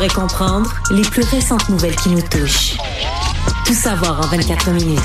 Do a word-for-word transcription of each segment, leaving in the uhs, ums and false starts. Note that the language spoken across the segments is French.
et comprendre les plus récentes nouvelles qui nous touchent. Tout savoir en vingt-quatre minutes.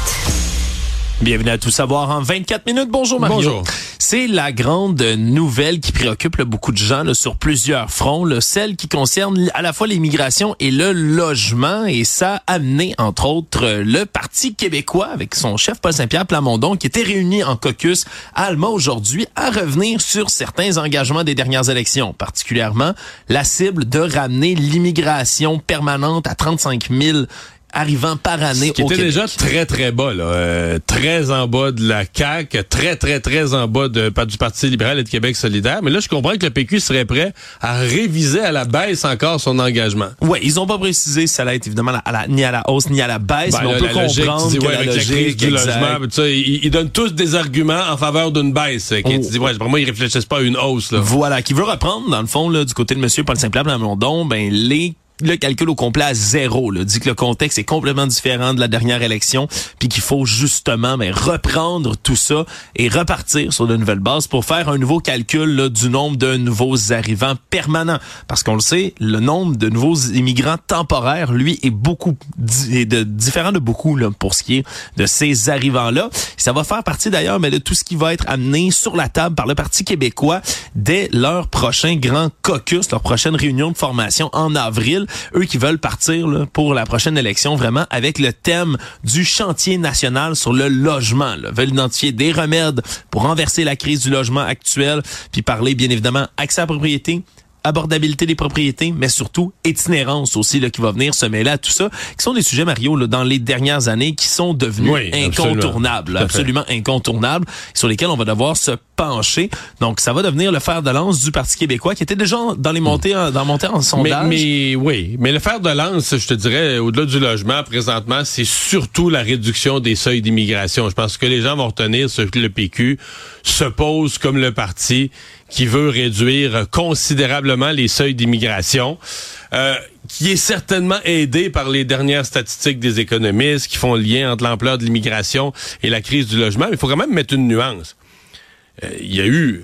Bienvenue à Tout savoir en vingt-quatre minutes. Bonjour Mario. Bonjour. C'est la grande nouvelle qui préoccupe là, beaucoup de gens là, sur plusieurs fronts, là, celle qui concerne à la fois l'immigration et le logement. Et ça a amené, entre autres, le Parti québécois avec son chef Paul Saint-Pierre Plamondon qui était réuni en caucus à Alma aujourd'hui à revenir sur certains engagements des dernières élections, particulièrement la cible de ramener l'immigration permanente à trente-cinq mille arrivant par année au Québec. Qui était déjà très, très bas, là. Euh, très en bas de la C A Q, très, très, très en bas de, du Parti libéral et de Québec solidaire. Mais là, je comprends que le P Q serait prêt à réviser à la baisse encore son engagement. Oui, ils ont pas précisé si ça allait être évidemment à la, ni à la hausse ni à la baisse, ben, mais on là, peut la comprendre logique, que ouais, la avec logique, la crise du exact. logement, tout ça, ils, ils donnent tous des arguments en faveur d'une baisse. Oh. Tu dis, ouais, pour moi, ils réfléchissent pas à une hausse, là. Voilà, qui veut reprendre, dans le fond, là, du côté de M. Paul Saint-Pierre Plamondon, ben, les le calcul au complet à zéro, là, dit que le contexte est complètement différent de la dernière élection, puis qu'il faut justement ben, reprendre tout ça et repartir sur de nouvelles bases pour faire un nouveau calcul là, du nombre de nouveaux arrivants permanents. Parce qu'on le sait, le nombre de nouveaux immigrants temporaires, lui, est beaucoup di- est de, différent de beaucoup là, pour ce qui est de ces arrivants-là. Ça va faire partie d'ailleurs mais de tout ce qui va être amené sur la table par le Parti québécois dès leur prochain grand caucus, leur prochaine réunion de formation en avril. Eux qui veulent partir là, pour la prochaine élection vraiment avec le thème du chantier national sur le logement. Là. Veulent identifier des remèdes pour renverser la crise du logement actuel, puis parler bien évidemment accès à la propriété, abordabilité des propriétés, mais surtout itinérance aussi là qui va venir se mêler à tout ça, qui sont des sujets, Mario, là, dans les dernières années qui sont devenus oui, incontournables, absolument, absolument incontournables, sur lesquels on va devoir se pencher. Donc, ça va devenir le fer de lance du Parti québécois qui était déjà dans les montées, en, dans montées en sondage. Mais, mais oui, mais le fer de lance, je te dirais, au-delà du logement, présentement, c'est surtout la réduction des seuils d'immigration. Je pense que les gens vont retenir ce que le P Q se pose comme le parti qui veut réduire considérablement les seuils d'immigration, euh, qui est certainement aidé par les dernières statistiques des économistes qui font le lien entre l'ampleur de l'immigration et la crise du logement. Mais il faut quand même mettre une nuance. Euh, il y a eu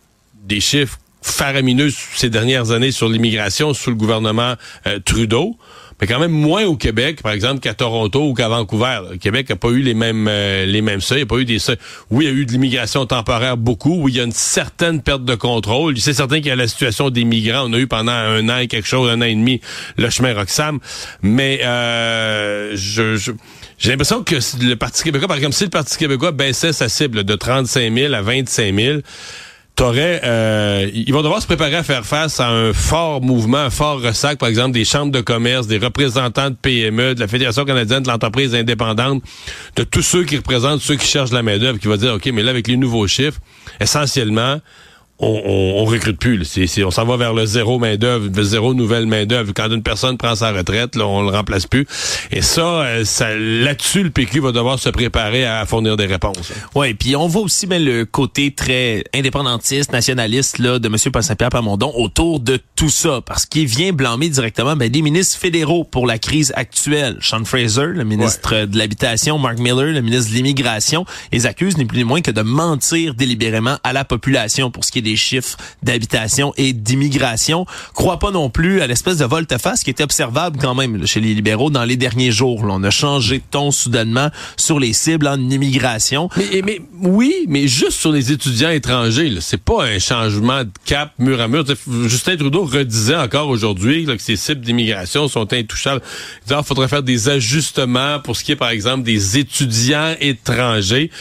des chiffres faramineux ces dernières années sur l'immigration sous le gouvernement euh, Trudeau, mais quand même moins au Québec, par exemple, qu'à Toronto ou qu'à Vancouver. Le Québec n'a pas eu les mêmes euh, les mêmes seuils, il n'y a pas eu des seuils. Oui, il y a eu de l'immigration temporaire beaucoup, oui, il y a une certaine perte de contrôle. C'est certain qu'il y a la situation des migrants. On a eu pendant un an et quelque chose, un an et demi, le chemin Roxham. Mais euh, je... je J'ai l'impression que le Parti québécois, par exemple, si le Parti québécois baissait sa cible de trente-cinq mille à vingt-cinq mille, t'aurais, euh, ils vont devoir se préparer à faire face à un fort mouvement, un fort ressac, par exemple, des chambres de commerce, des représentants de P M E, de la Fédération canadienne de l'entreprise indépendante, de tous ceux qui représentent ceux qui cherchent de la main-d'œuvre, qui vont dire, OK, mais là, avec les nouveaux chiffres, essentiellement, on, on, on recrute plus. C'est, c'est, on s'en va vers le zéro main-d'œuvre, le zéro nouvelle main-d'œuvre. Quand une personne prend sa retraite, là, on le remplace plus. Et ça, ça là-dessus, le P Q va devoir se préparer à fournir des réponses. Oui, puis on voit aussi ben, le côté très indépendantiste, nationaliste là, de M. Paul Saint-Pierre Plamondon autour de tout ça, parce qu'il vient blâmer directement ben, des ministres fédéraux pour la crise actuelle. Sean Fraser, le ministre ouais. de l'Habitation, Mark Miller, le ministre de l'Immigration, les accuse ni plus ni moins que de mentir délibérément à la population pour ce qui est des chiffres d'habitation et d'immigration. Crois pas non plus à l'espèce de volte-face qui était observable quand même là, chez les libéraux dans les derniers jours. Là, on a changé de ton soudainement sur les cibles en immigration. Mais, mais oui, mais juste sur les étudiants étrangers, là, c'est pas un changement de cap mur à mur. T'sais, Justin Trudeau redisait encore aujourd'hui là, que ces cibles d'immigration sont intouchables. Il disait, il faudrait faire des ajustements pour ce qui est, par exemple, des étudiants étrangers.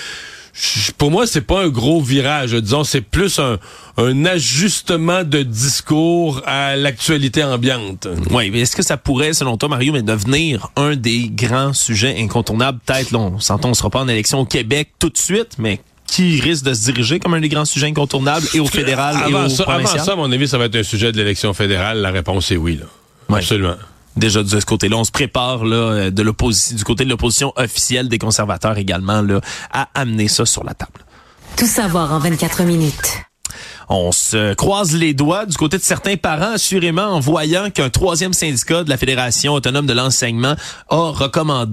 Pour moi, c'est pas un gros virage. Disons, c'est plus un, un ajustement de discours à l'actualité ambiante. Oui, mais est-ce que ça pourrait, selon toi, Mario, mais devenir un des grands sujets incontournables? Peut-être, là, on s'entend, on sera pas en élection au Québec tout de suite, mais qui risque de se diriger comme un des grands sujets incontournables et au fédéral avant et au ça, provincial? Avant ça, à mon avis, ça va être un sujet de l'élection fédérale. La réponse est oui, là. Ouais. Absolument. Déjà de ce côté-là, on se prépare là de l'opposition, du côté de l'opposition officielle des conservateurs également là à amener ça sur la table. Tout savoir en vingt-quatre minutes. On se croise les doigts du côté de certains parents, assurément, en voyant qu'un troisième syndicat de la Fédération autonome de l'enseignement a recommandé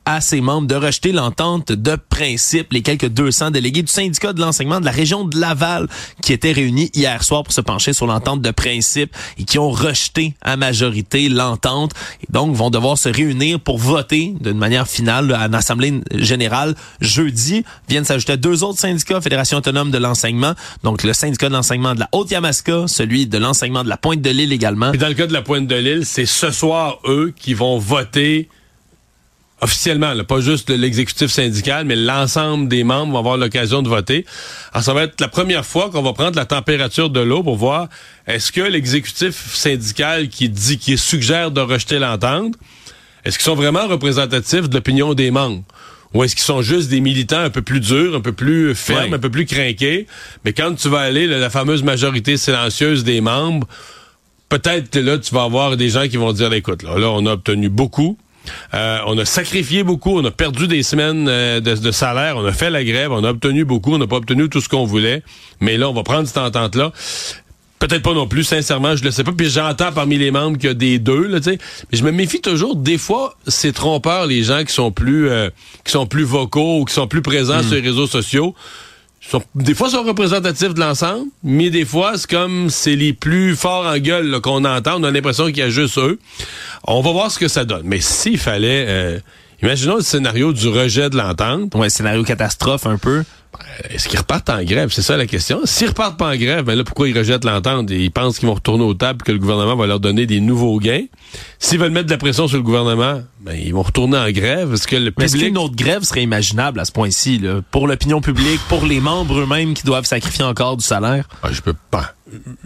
à ses membres de rejeter l'entente de principe. Les quelques deux cents délégués du syndicat de l'enseignement de la région de Laval qui étaient réunis hier soir pour se pencher sur l'entente de principe et qui ont rejeté à majorité l'entente et donc vont devoir se réunir pour voter d'une manière finale à l'Assemblée générale jeudi. Viennent s'ajouter deux autres syndicats, Fédération autonome de l'enseignement, donc le syndicat de l'enseignement de la Haute-Yamaska, celui de l'enseignement de la Pointe-de-l'Île également. Et dans le cas de la Pointe-de-l'Île, c'est ce soir, eux, qui vont voter officiellement, là, pas juste l'exécutif syndical, mais l'ensemble des membres vont avoir l'occasion de voter. Alors, ça va être la première fois qu'on va prendre la température de l'eau pour voir est-ce que l'exécutif syndical qui dit, qui suggère de rejeter l'entente, est-ce qu'ils sont vraiment représentatifs de l'opinion des membres? Ou est-ce qu'ils sont juste des militants un peu plus durs, un peu plus fermes, ouais. un peu plus crinqués? Mais quand tu vas aller, là, la fameuse majorité silencieuse des membres, peut-être là, tu vas avoir des gens qui vont dire, écoute, là, là on a obtenu beaucoup. Euh, on a sacrifié beaucoup, on a perdu des semaines euh, de, de salaire, on a fait la grève, on a obtenu beaucoup, on n'a pas obtenu tout ce qu'on voulait, mais là, on va prendre cette entente-là. Peut-être pas non plus, sincèrement, je le sais pas, puis j'entends parmi les membres qu'il y a des deux, là, tu sais, mais je me méfie toujours, des fois, c'est trompeur, les gens qui sont plus euh, qui sont plus vocaux ou qui sont plus présents mmh. sur les réseaux sociaux. Sont, des fois, sont représentatifs de l'ensemble, mais des fois, c'est comme c'est les plus forts en gueule là, qu'on entend. On a l'impression qu'il y a juste eux. On va voir ce que ça donne. Mais s'il fallait... Euh, imaginons le scénario du rejet de l'entente. Ouais, scénario catastrophe un peu. Est-ce qu'ils repartent en grève? C'est ça la question. S'ils repartent pas en grève, ben là, pourquoi ils rejettent l'entente? Ils pensent qu'ils vont retourner aux tables, que le gouvernement va leur donner des nouveaux gains. S'ils veulent mettre de la pression sur le gouvernement, ben ils vont retourner en grève. Est-ce que le public... Mais est-ce qu'une autre grève serait imaginable à ce point-ci, là, pour l'opinion publique, pour les membres eux-mêmes qui doivent sacrifier encore du salaire? Ben, je peux pas.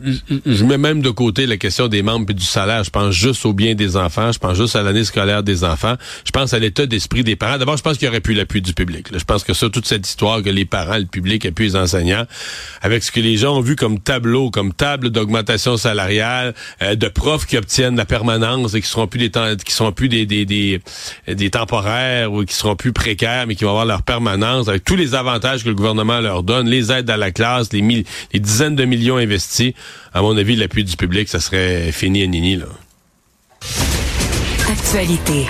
Je mets même de côté la question des membres et du salaire. Je pense juste au bien des enfants. Je pense juste à l'année scolaire des enfants. Je pense à l'état d'esprit des parents. D'abord, je pense qu'il y aurait pu l'appui du public. Là. Je pense que ça, toute cette histoire que les parents, le public appuient les enseignants, avec ce que les gens ont vu comme tableau, comme table d'augmentation salariale, euh, de profs qui obtiennent la permanence et qui seront plus des temps, qui seront plus des des, des des temporaires ou qui seront plus précaires, mais qui vont avoir leur permanence, avec tous les avantages que le gouvernement leur donne, les aides à la classe, les, mille, les dizaines de millions investis. À mon avis, l'appui du public, ça serait fini et nini, là. Actualité.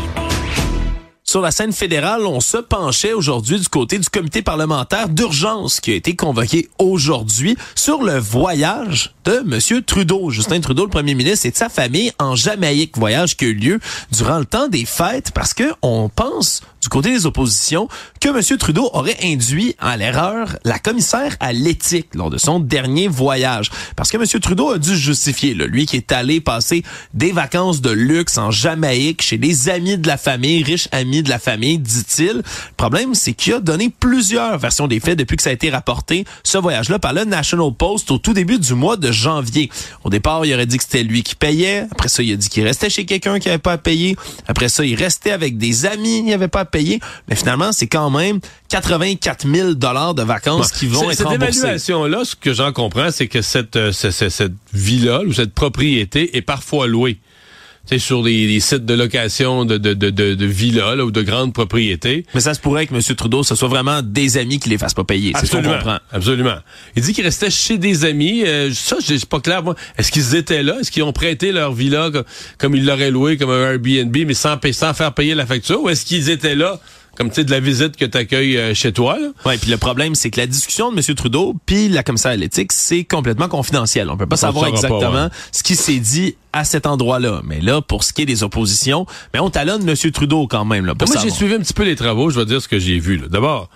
Sur la scène fédérale, on se penchait aujourd'hui du côté du comité parlementaire d'urgence qui a été convoqué aujourd'hui sur le voyage de M. Trudeau. Justin Trudeau, le premier ministre, et de sa famille en Jamaïque. Voyage qui a eu lieu durant le temps des fêtes parce que on pense du côté des oppositions que M. Trudeau aurait induit à l'erreur la commissaire à l'éthique lors de son dernier voyage. Parce que M. Trudeau a dû justifier, là, lui qui est allé passer des vacances de luxe en Jamaïque chez des amis de la famille, riches amis de la famille, dit-il. Le problème, c'est qu'il a donné plusieurs versions des faits depuis que ça a été rapporté, ce voyage-là, par le National Post au tout début du mois de janvier. Au départ, il aurait dit que c'était lui qui payait. Après ça, il a dit qu'il restait chez quelqu'un qui n'avait pas à payer. Après ça, il restait avec des amis, il n'avait pas à payer. Mais finalement, c'est quand même quatre-vingt-quatre mille dollars de vacances bon, qui vont être remboursés. Cette évaluation-là, ce que j'en comprends, c'est que cette, euh, cette, cette, cette villa ou cette propriété est parfois louée. C'est sur des, des sites de location de, de, de, de, de villas là, ou de grandes propriétés. Mais ça se pourrait que M. Trudeau, ce soit vraiment des amis qui les fassent pas payer. C'est absolument, ce qu'on comprend. Absolument. Il dit qu'il restait chez des amis. Euh, ça, c'est pas clair. Moi. Est-ce qu'ils étaient là? Est-ce qu'ils ont prêté leur villa comme, comme ils l'auraient loué, comme un Airbnb, mais sans, sans faire payer la facture? Ou est-ce qu'ils étaient là? Comme tu sais, de la visite que tu accueilles chez toi. Oui, puis le problème, c'est que la discussion de M. Trudeau puis la commissaire à l'éthique, c'est complètement confidentiel. On peut pas on savoir exactement pas, ouais. ce qui s'est dit à cet endroit-là. Mais là, pour ce qui est des oppositions, mais on talonne M. Trudeau quand même. Là, pour moi, savoir. J'ai suivi un petit peu les travaux. Je vais dire ce que j'ai vu. Là. D'abord,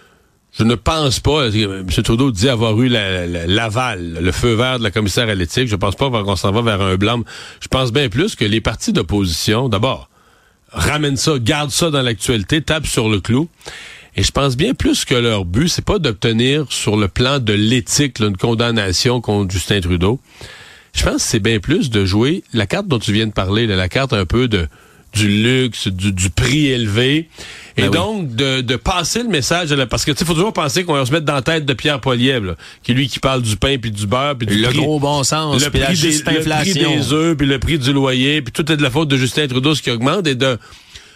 je ne pense pas, M. Trudeau dit avoir eu la, la, l'aval, le feu vert de la commissaire à l'éthique. Je pense pas qu'on s'en va vers un blâme. Je pense bien plus que les partis d'opposition, d'abord, ramène ça, garde ça dans l'actualité, tape sur le clou. Et je pense bien plus que leur but, c'est pas d'obtenir sur le plan de l'éthique là, une condamnation contre Justin Trudeau. Je pense que c'est bien plus de jouer la carte dont tu viens de parler, là, la carte un peu de du luxe, du, du prix élevé. Et ben donc, oui. de, de passer le message, à la, parce que tu sais, faut toujours penser qu'on va se mettre dans la tête de Pierre Poilievre, qui est lui qui parle du pain puis du beurre. Puis du le prix, gros bon sens, le, prix la des, juste le prix des œufs, puis le prix du loyer, puis tout est de la faute de Justin Trudeau, ce qui augmente, et de...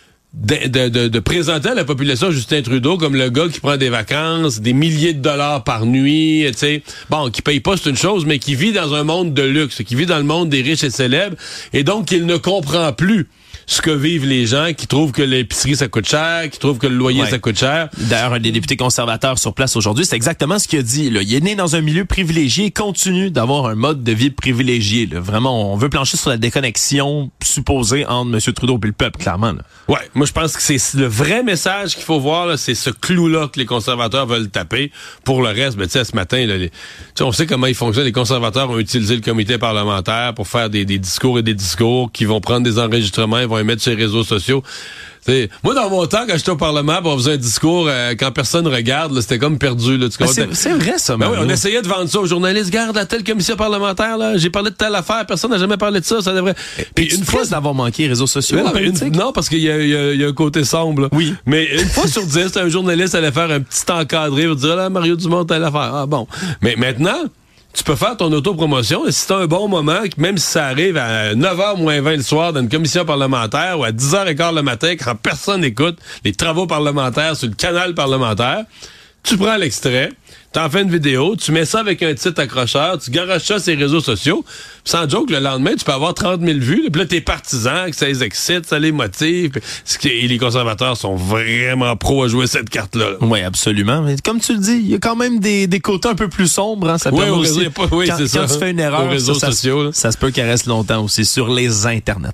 De, de, de, de présenter à la population Justin Trudeau comme le gars qui prend des vacances, des milliers de dollars par nuit, tu sais, bon, qui paye pas, c'est une chose, mais qui vit dans un monde de luxe, qui vit dans le monde des riches et célèbres, et donc il ne comprend plus ce que vivent les gens qui trouvent que l'épicerie, ça coûte cher, qui trouvent que le loyer, ouais. ça coûte cher. D'ailleurs, un des députés conservateurs sur place aujourd'hui, c'est exactement ce qu'il a dit. Là. Il est né dans un milieu privilégié et continue d'avoir un mode de vie privilégié. Là. Vraiment, on veut plancher sur la déconnexion supposée entre M. Trudeau et le peuple, clairement. Là. Ouais, moi je pense que c'est le vrai message qu'il faut voir, là, c'est ce clou-là que les conservateurs veulent taper. Pour le reste, ben, tu sais, ce matin, là, les, on sait comment ils fonctionnent. Les conservateurs ont utilisé le comité parlementaire pour faire des, des discours et des discours qui vont prendre des enregistrements, ils vont les mettre sur les réseaux sociaux. T'sais, moi, dans mon temps, quand j'étais au Parlement, on faisait un discours, euh, quand personne regarde, là, c'était comme perdu. Là, tu c'est, c'est vrai, ça. Ben oui, on essayait de vendre ça aux journalistes. Garde la telle commission parlementaire, là, j'ai parlé de telle affaire, personne n'a jamais parlé de ça, ça devrait... Puis une fois d'avoir manqué les réseaux sociaux, non, une, non, parce qu'il y a, il y a, il y a un côté sombre. Là. Oui. Mais une fois sur dix, un journaliste allait faire un petit encadré, il va dire, là, Mario Dumont, telle affaire. Ah bon. Mais maintenant... Tu peux faire ton autopromotion et si t'as un bon moment, même si ça arrive à neuf heures moins vingt le soir dans une commission parlementaire ou à dix heures quinze le matin quand personne n'écoute les travaux parlementaires sur le canal parlementaire, tu prends l'extrait, t'en fais une vidéo, tu mets ça avec un titre accrocheur, tu garoches ça sur les réseaux sociaux, pis sans joke, le lendemain, tu peux avoir trente mille vues, puis là, t'es partisans, que ça les excite, ça les motive, pis, et les conservateurs sont vraiment pros à jouer cette carte-là. Oui, absolument. Mais comme tu le dis, il y a quand même des, des côtés un peu plus sombres, hein, ça oui, permet au aussi, réseau, pas, oui, quand, c'est quand ça, tu fais une erreur, aux réseaux ça, sociaux, ça, ça se peut qu'elle reste longtemps aussi sur les internets.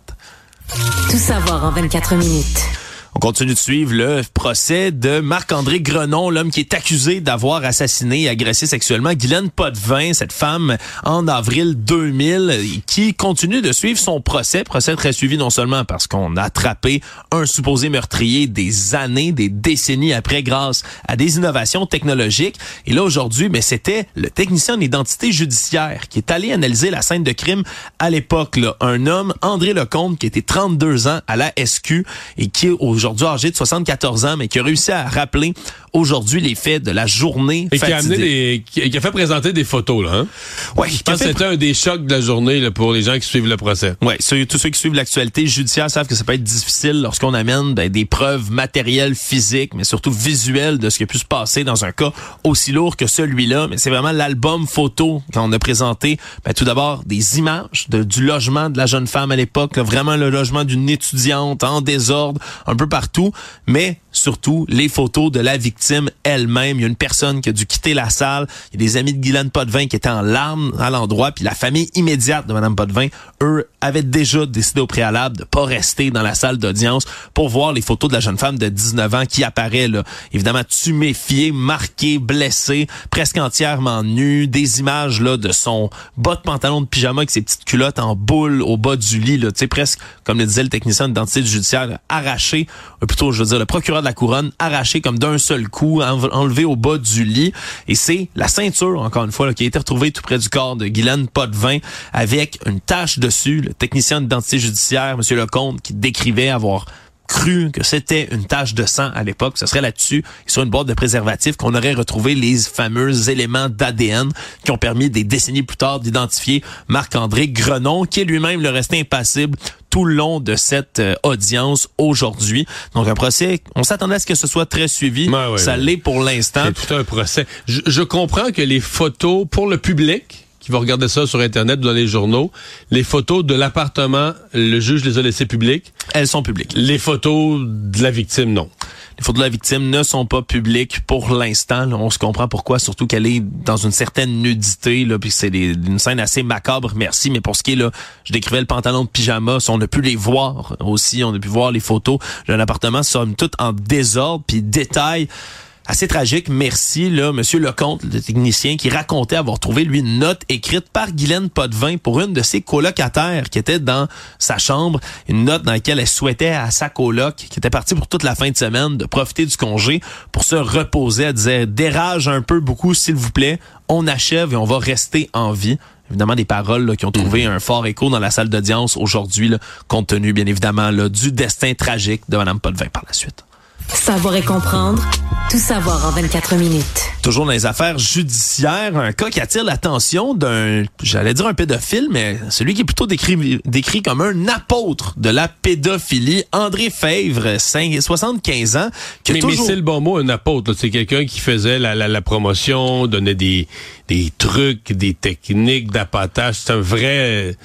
Tout savoir en vingt-quatre minutes. On continue de suivre le procès de Marc-André Grenon, l'homme qui est accusé d'avoir assassiné et agressé sexuellement Guylaine Potvin, cette femme, en avril deux mille, qui continue de suivre son procès. Procès très suivi non seulement parce qu'on a attrapé un supposé meurtrier des années, des décennies après grâce à des innovations technologiques. Et là, aujourd'hui, mais c'était le technicien d'identité judiciaire qui est allé analyser la scène de crime à l'époque. Là. Un homme, André Lecomte, qui était trente-deux ans à la S Q et qui est aujourd'hui aujourd'hui âgé de soixante-quatorze ans, mais qui a réussi à rappeler aujourd'hui les faits de la journée et fatidique. qui a amené des, qui, qui a fait présenter des photos, là, hein? Ouais, je pense que c'était un des chocs de la journée là, pour les gens qui suivent le procès. Ouais, ceux, tous ceux qui suivent l'actualité judiciaire savent que ça peut être difficile lorsqu'on amène ben, des preuves matérielles, physiques, mais surtout visuelles de ce qui a pu se passer dans un cas aussi lourd que celui-là. Mais c'est vraiment l'album photo qu'on a présenté. Ben, tout d'abord, des images de, du logement de la jeune femme à l'époque, là, vraiment le logement d'une étudiante en désordre, un peu partout, mais surtout les photos de la victime elle-même. Il y a une personne qui a dû quitter la salle. Il y a des amis de Guylaine Potvin qui étaient en larmes à l'endroit. Puis la famille immédiate de Mme Potvin, eux, avaient déjà décidé au préalable de pas rester dans la salle d'audience pour voir les photos de la jeune femme de dix-neuf ans qui apparaît, là, évidemment tuméfiée, marquée, blessée, presque entièrement nue. Des images là de son bas de pantalon de pyjama avec ses petites culottes en boule au bas du lit, là, tu sais, presque, comme le disait le technicien d'identité judiciaire, là, arraché, ou plutôt, je veux dire, le procureur de la couronne, arraché comme d'un seul coup, enlevé au bas du lit. Et c'est la ceinture, encore une fois, là, qui a été retrouvée tout près du corps de Guylaine Potvin avec une tache dessus. Le technicien d'identité judiciaire, M. Lecomte, qui décrivait avoir cru que c'était une tache de sang à l'époque. Ce serait là-dessus, et sur une boîte de préservatifs, qu'on aurait retrouvé les fameux éléments d'A D N qui ont permis des décennies plus tard d'identifier Marc-André Grenon, qui est lui-même le resté impassible tout le long de cette euh, audience aujourd'hui. Donc un procès, on s'attendait à ce que ce soit très suivi. Ouais, ouais, ça ouais. l'est pour l'instant. C'est tout un procès. Je, je comprends que les photos pour le public qui va regarder ça sur Internet ou dans les journaux, les photos de l'appartement, le juge les a laissées publiques. Elles sont publiques. Les photos de la victime, non. Les photos de la victime ne sont pas publiques pour l'instant. Là, on se comprend pourquoi, surtout qu'elle est dans une certaine nudité, là, puis c'est des, une scène assez macabre, merci. Mais pour ce qui est, là, je décrivais le pantalon de pyjama, on a pu les voir aussi, on a pu voir les photos d'un appartement, somme toute en désordre, puis détail assez tragique, merci, là, Monsieur Lecomte, le technicien, qui racontait avoir trouvé, lui, une note écrite par Guylaine Potvin pour une de ses colocataires qui était dans sa chambre. Une note dans laquelle elle souhaitait à sa coloc, qui était partie pour toute la fin de semaine, de profiter du congé pour se reposer. Elle disait, dérage un peu beaucoup, s'il vous plaît. On achève et on va rester en vie. Évidemment, des paroles là, qui ont trouvé mmh. un fort écho dans la salle d'audience aujourd'hui, là, compte tenu, bien évidemment, là, du destin tragique de Mme Potvin par la suite. Savoir et comprendre, tout savoir en vingt-quatre minutes. Toujours dans les affaires judiciaires, un cas qui attire l'attention d'un, j'allais dire un pédophile, mais celui qui est plutôt décrit, décrit comme un apôtre de la pédophilie, André Fèvre, soixante-quinze ans. Mais, toujours... mais c'est le bon mot, un apôtre. Là. C'est quelqu'un qui faisait la, la, la promotion, donnait des, des trucs, des techniques d'appâtage. C'est un vrai...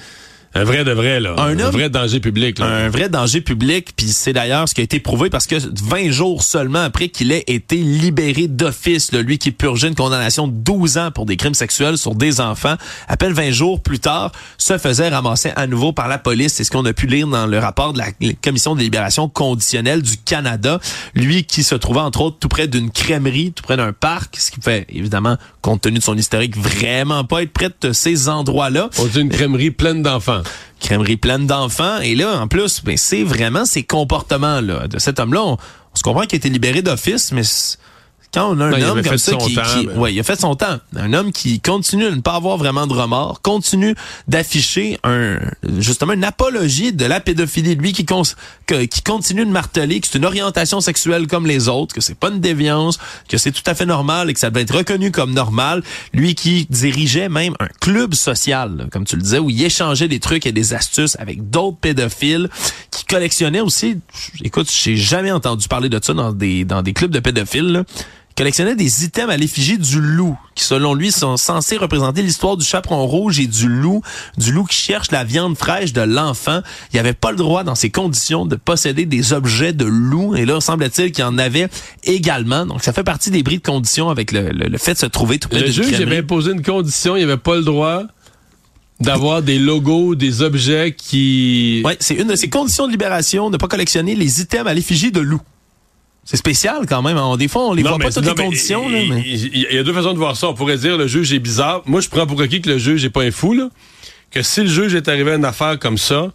Un vrai de vrai, là. Un, un homme, vrai danger public, là. Un vrai danger public, puis c'est d'ailleurs ce qui a été prouvé parce que vingt jours seulement après qu'il ait été libéré d'office, là, lui qui purgeait une condamnation de douze ans pour des crimes sexuels sur des enfants, à peine vingt jours plus tard, se faisait ramasser à nouveau par la police. C'est ce qu'on a pu lire dans le rapport de la Commission de libération conditionnelle du Canada. Lui qui se trouvait entre autres tout près d'une crèmerie, tout près d'un parc, ce qui fait évidemment, compte tenu de son historique, vraiment pas être près de ces endroits-là. On dit une crèmerie pleine d'enfants. Crèmerie pleine d'enfants. Et là, en plus, ben, c'est vraiment ces comportements-là de cet homme-là. On, on se comprend qu'il a été libéré d'office, mais quand on a un non, homme comme ça qui, temps, qui ben... ouais, il a fait son temps. Un homme qui continue de ne pas avoir vraiment de remords, continue d'afficher un, justement, une apologie de la pédophilie. Lui qui, cons, que, qui continue de marteler que c'est une orientation sexuelle comme les autres, que c'est pas une déviance, que c'est tout à fait normal et que ça doit être reconnu comme normal. Lui qui dirigeait même un club social, là, comme tu le disais, où il échangeait des trucs et des astuces avec d'autres pédophiles, qui collectionnait aussi, écoute, j'ai jamais entendu parler de ça dans des, dans des clubs de pédophiles, là. Collectionnait des items à l'effigie du loup, qui selon lui sont censés représenter l'histoire du chaperon rouge et du loup, du loup qui cherche la viande fraîche de l'enfant. Il n'avait pas le droit, dans ces conditions, de posséder des objets de loup, et là, semble-t-il qu'il y en avait également. Donc, ça fait partie des bris de conditions avec le, le, le fait de se trouver tout près de Le juge avait imposé une condition, il n'avait pas le droit d'avoir des logos, des objets qui... Oui, c'est une de ces conditions de libération, de ne pas collectionner les items à l'effigie de loup. C'est spécial quand même. On, des fois, on les non, voit pas toutes non, les conditions. Il, là, mais... il, il y a deux façons de voir ça. On pourrait dire le juge est bizarre. Moi, je prends pour acquis que le juge est pas un fou. Là. Que si le juge est arrivé à une affaire comme ça,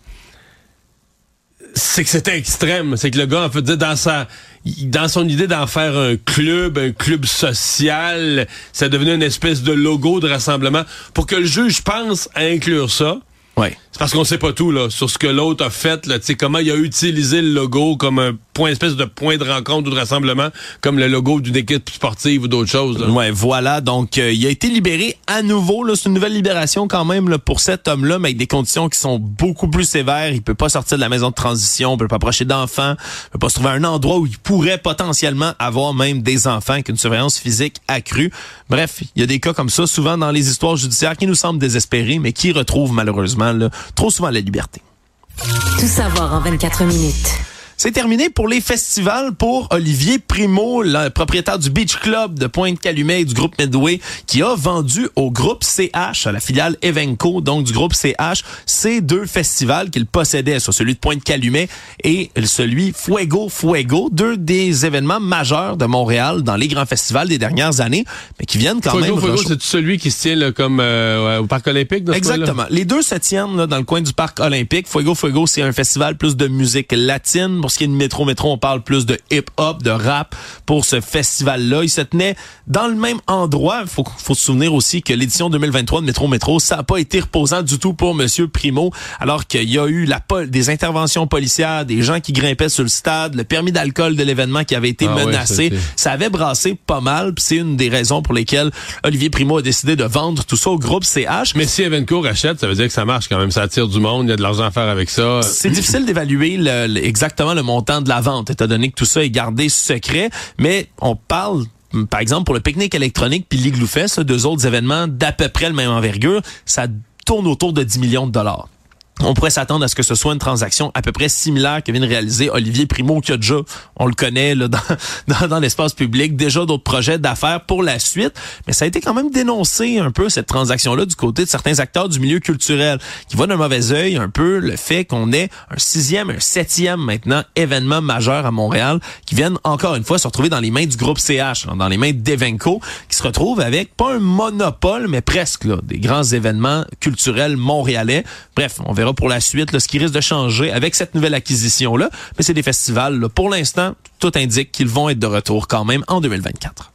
c'est que c'était extrême. C'est que le gars, en fait, dans sa, dans son idée d'en faire un club, un club social, ça devenait une espèce de logo de rassemblement. Pour que le juge pense à inclure ça, ouais. C'est parce qu'on sait pas tout là sur ce que l'autre a fait, là, tu sais, comment il a utilisé le logo comme un point, espèce de point de rencontre ou de rassemblement, comme le logo d'une équipe sportive ou d'autres choses. Là. Ouais, voilà. Donc, euh, il a été libéré à nouveau. Là, c'est une nouvelle libération quand même là, pour cet homme-là, mais avec des conditions qui sont beaucoup plus sévères. Il peut pas sortir de la maison de transition, il peut pas approcher d'enfants, il peut pas se trouver à un endroit où il pourrait potentiellement avoir même des enfants avec une surveillance physique accrue. Bref, il y a des cas comme ça, souvent dans les histoires judiciaires, qui nous semblent désespérés, mais qui retrouvent malheureusement là, trop souvent la liberté. Tout savoir en vingt-quatre minutes. C'est terminé pour les festivals pour Olivier Primo, le propriétaire du Beach Club de Pointe-Calumet et du groupe Medway, qui a vendu au groupe C H, à la filiale Evenco, donc du groupe C H, ces deux festivals qu'il possédait, soit celui de Pointe-Calumet et celui Fuego Fuego, deux des événements majeurs de Montréal dans les grands festivals des dernières années, mais qui viennent quand Fuego, même... Fuego, c'est celui qui se tient là, comme euh, au Parc olympique? Dans ce Exactement. coin-là? Les deux se tiennent là, dans le coin du Parc olympique. Fuego Fuego, c'est un festival plus de musique latine. Pour ce qui est de Métro Métro, on parle plus de hip-hop, de rap pour ce festival-là. Il se tenait dans le même endroit. Il faut, faut se souvenir aussi que l'édition deux mille vingt-trois de Métro Métro, ça n'a pas été reposant du tout pour Monsieur Primo, alors qu'il y a eu la pol- des interventions policières, des gens qui grimpaient sur le stade, le permis d'alcool de l'événement qui avait été ah menacé. Ouais, ça avait brassé pas mal, puis c'est une des raisons pour lesquelles Olivier Primo a décidé de vendre tout ça au groupe C H. Mais si Evenco rachète, ça veut dire que ça marche quand même. Ça attire du monde, il y a de l'argent à faire avec ça. C'est difficile d'évaluer le, le, exactement le montant de la vente, étant donné que tout ça est gardé secret, mais on parle, par exemple, pour le pique-nique électronique puis l'Igloo Fest, deux autres événements d'à peu près le même envergure, ça tourne autour de dix millions de dollars. On pourrait s'attendre à ce que ce soit une transaction à peu près similaire que vient de réaliser Olivier Primo, qui a déjà, on le connaît là, dans, dans, dans l'espace public, déjà d'autres projets d'affaires pour la suite. Mais ça a été quand même dénoncé un peu, cette transaction-là, du côté de certains acteurs du milieu culturel, qui voient d'un mauvais œil un peu le fait qu'on ait un sixième, un septième maintenant événement majeur à Montréal, qui viennent encore une fois se retrouver dans les mains du groupe C H, dans les mains d'Evenco, qui se retrouve avec pas un monopole, mais presque là, des grands événements culturels montréalais. Bref, on verra pour la suite là, ce qui risque de changer avec cette nouvelle acquisition-là. Mais c'est des festivals, là, pour l'instant, tout indique qu'ils vont être de retour quand même en deux mille vingt-quatre.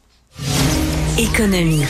Économie.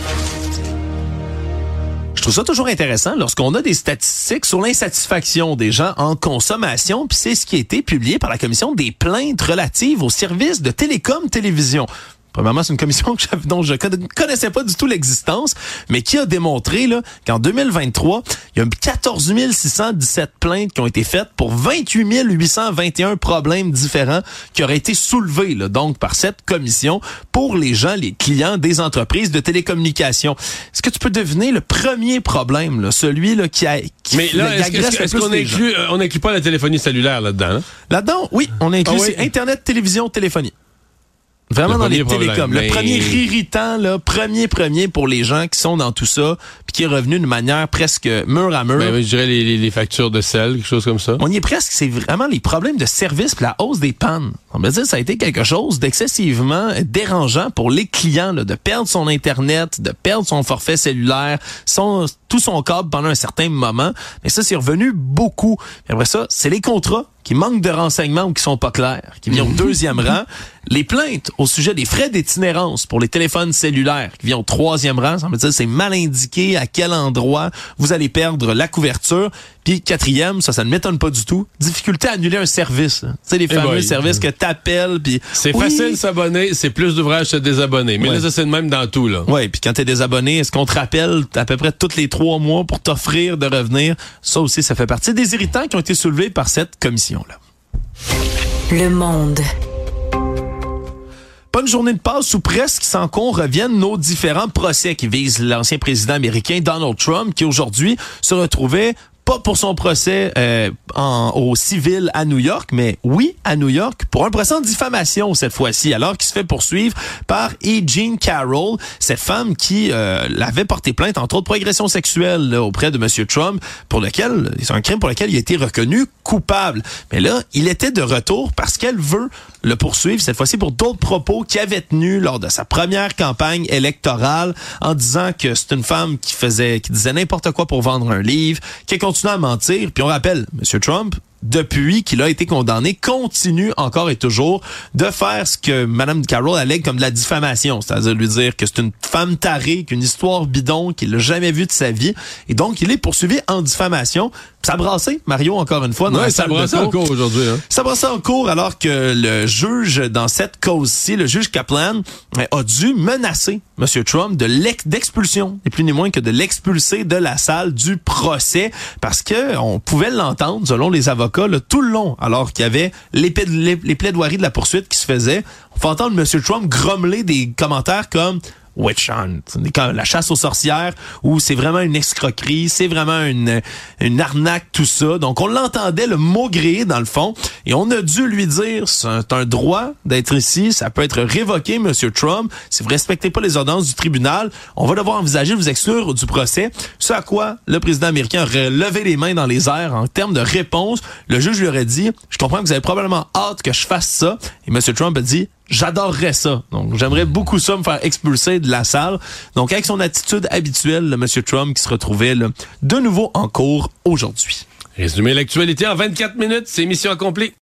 Je trouve ça toujours intéressant lorsqu'on a des statistiques sur l'insatisfaction des gens en consommation, puis c'est ce qui a été publié par la Commission des plaintes relatives aux services de télécom-télévision. Premièrement, c'est une commission que j'avais, dont je connaissais pas du tout l'existence, mais qui a démontré là, qu'en deux mille vingt-trois, il y a quatorze mille six cent dix-sept plaintes qui ont été faites pour vingt-huit mille huit cent vingt et un problèmes différents qui auraient été soulevés là, donc par cette commission pour les gens, les clients des entreprises de télécommunications. Est-ce que tu peux deviner le premier problème, là, celui là, qui a qui Mais là, est-ce, est-ce, est-ce qu'on inclut, euh, on inclut pas la téléphonie cellulaire là-dedans? Hein? Là-dedans, oui, on inclut ah, oui. c'est Internet, télévision, téléphonie. Vraiment le dans les problème, télécoms. Mais... Le premier irritant, là, premier premier pour les gens qui sont dans tout ça, puis qui est revenu de manière presque mur à mur. Ben, je dirais les, les, les factures de sel, quelque chose comme ça. On y est presque, c'est vraiment les problèmes de service puis la hausse des pannes. On va dire ça a été quelque chose d'excessivement dérangeant pour les clients là, de perdre son Internet, de perdre son forfait cellulaire, son tout son câble pendant un certain moment. Mais ça, c'est revenu beaucoup. Et après ça, c'est les contrats qui manquent de renseignements ou qui sont pas clairs, qui viennent au deuxième rang. Les plaintes au sujet des frais d'itinérance pour les téléphones cellulaires qui viennent au troisième rang. Ça veut dire c'est mal indiqué à quel endroit vous allez perdre la couverture. Puis quatrième, ça, ça ne m'étonne pas du tout, difficulté à annuler un service. Tu sais, les fameux boy. services que t'appelles. Puis c'est oui. facile de s'abonner, c'est plus d'ouvrage de se désabonner. Mais ouais. là, ça, c'est le même dans tout. Là. Oui, puis quand t'es désabonné, est-ce qu'on te rappelle à peu près tous les trois mois pour t'offrir de revenir? Ça aussi, ça fait partie des irritants qui ont été soulevés par cette commission-là. Le Monde. Pas une journée de passe ou presque sans qu'on revienne nos différents procès qui visent l'ancien président américain Donald Trump qui aujourd'hui se retrouvait pas pour son procès euh, en, au civil à New York, mais oui, à New York, pour un procès en diffamation cette fois-ci, alors qu'il se fait poursuivre par E. Jean Carroll, cette femme qui euh, l'avait porté plainte, entre autres, pour agression sexuelle là, auprès de M. Trump, pour lequel, c'est un crime pour lequel il a été reconnu coupable. Mais là, il était de retour parce qu'elle veut le poursuivre, cette fois-ci pour d'autres propos qu'il avait tenus lors de sa première campagne électorale, en disant que c'est une femme qui faisait, qui disait n'importe quoi pour vendre un livre, qui a continué à mentir. Puis on rappelle, M. Trump, depuis qu'il a été condamné, continue encore et toujours de faire ce que Mme Carroll allègue comme de la diffamation, c'est-à-dire lui dire que c'est une femme tarée, qu'une histoire bidon, qu'il n'a jamais vue de sa vie. Et donc, il est poursuivi en diffamation. Ça a brassé, Mario, encore une fois, dans ouais, la ça salle de brassé cour. en cours aujourd'hui. Hein? Ça brassé en cours alors que le juge, dans cette cause-ci, le juge Kaplan, a dû menacer M. Trump de l'ex- d'expulsion, ni plus ni moins que de l'expulser de la salle du procès, parce que on pouvait l'entendre, selon les avocats, là, tout le long, alors qu'il y avait les, pla- les, les plaidoiries de la poursuite qui se faisaient. On fait entendre M. Trump grommeler des commentaires comme witch hunt, la chasse aux sorcières, où c'est vraiment une escroquerie, c'est vraiment une, une arnaque, tout ça. Donc, on l'entendait le mot grillé dans le fond, et on a dû lui dire, c'est un droit d'être ici, ça peut être révoqué, Monsieur Trump, si vous respectez pas les ordonnances du tribunal, on va devoir envisager de vous exclure du procès. Ce à quoi le président américain aurait levé les mains dans les airs en termes de réponse. Le juge lui aurait dit, je comprends que vous avez probablement hâte que je fasse ça, et Monsieur Trump a dit, j'adorerais ça. Donc, j'aimerais beaucoup ça, me faire expulser de la salle. Donc, avec son attitude habituelle, le M. Trump qui se retrouvait là, de nouveau en cours aujourd'hui. Résumer l'actualité en vingt-quatre minutes, c'est mission accomplie.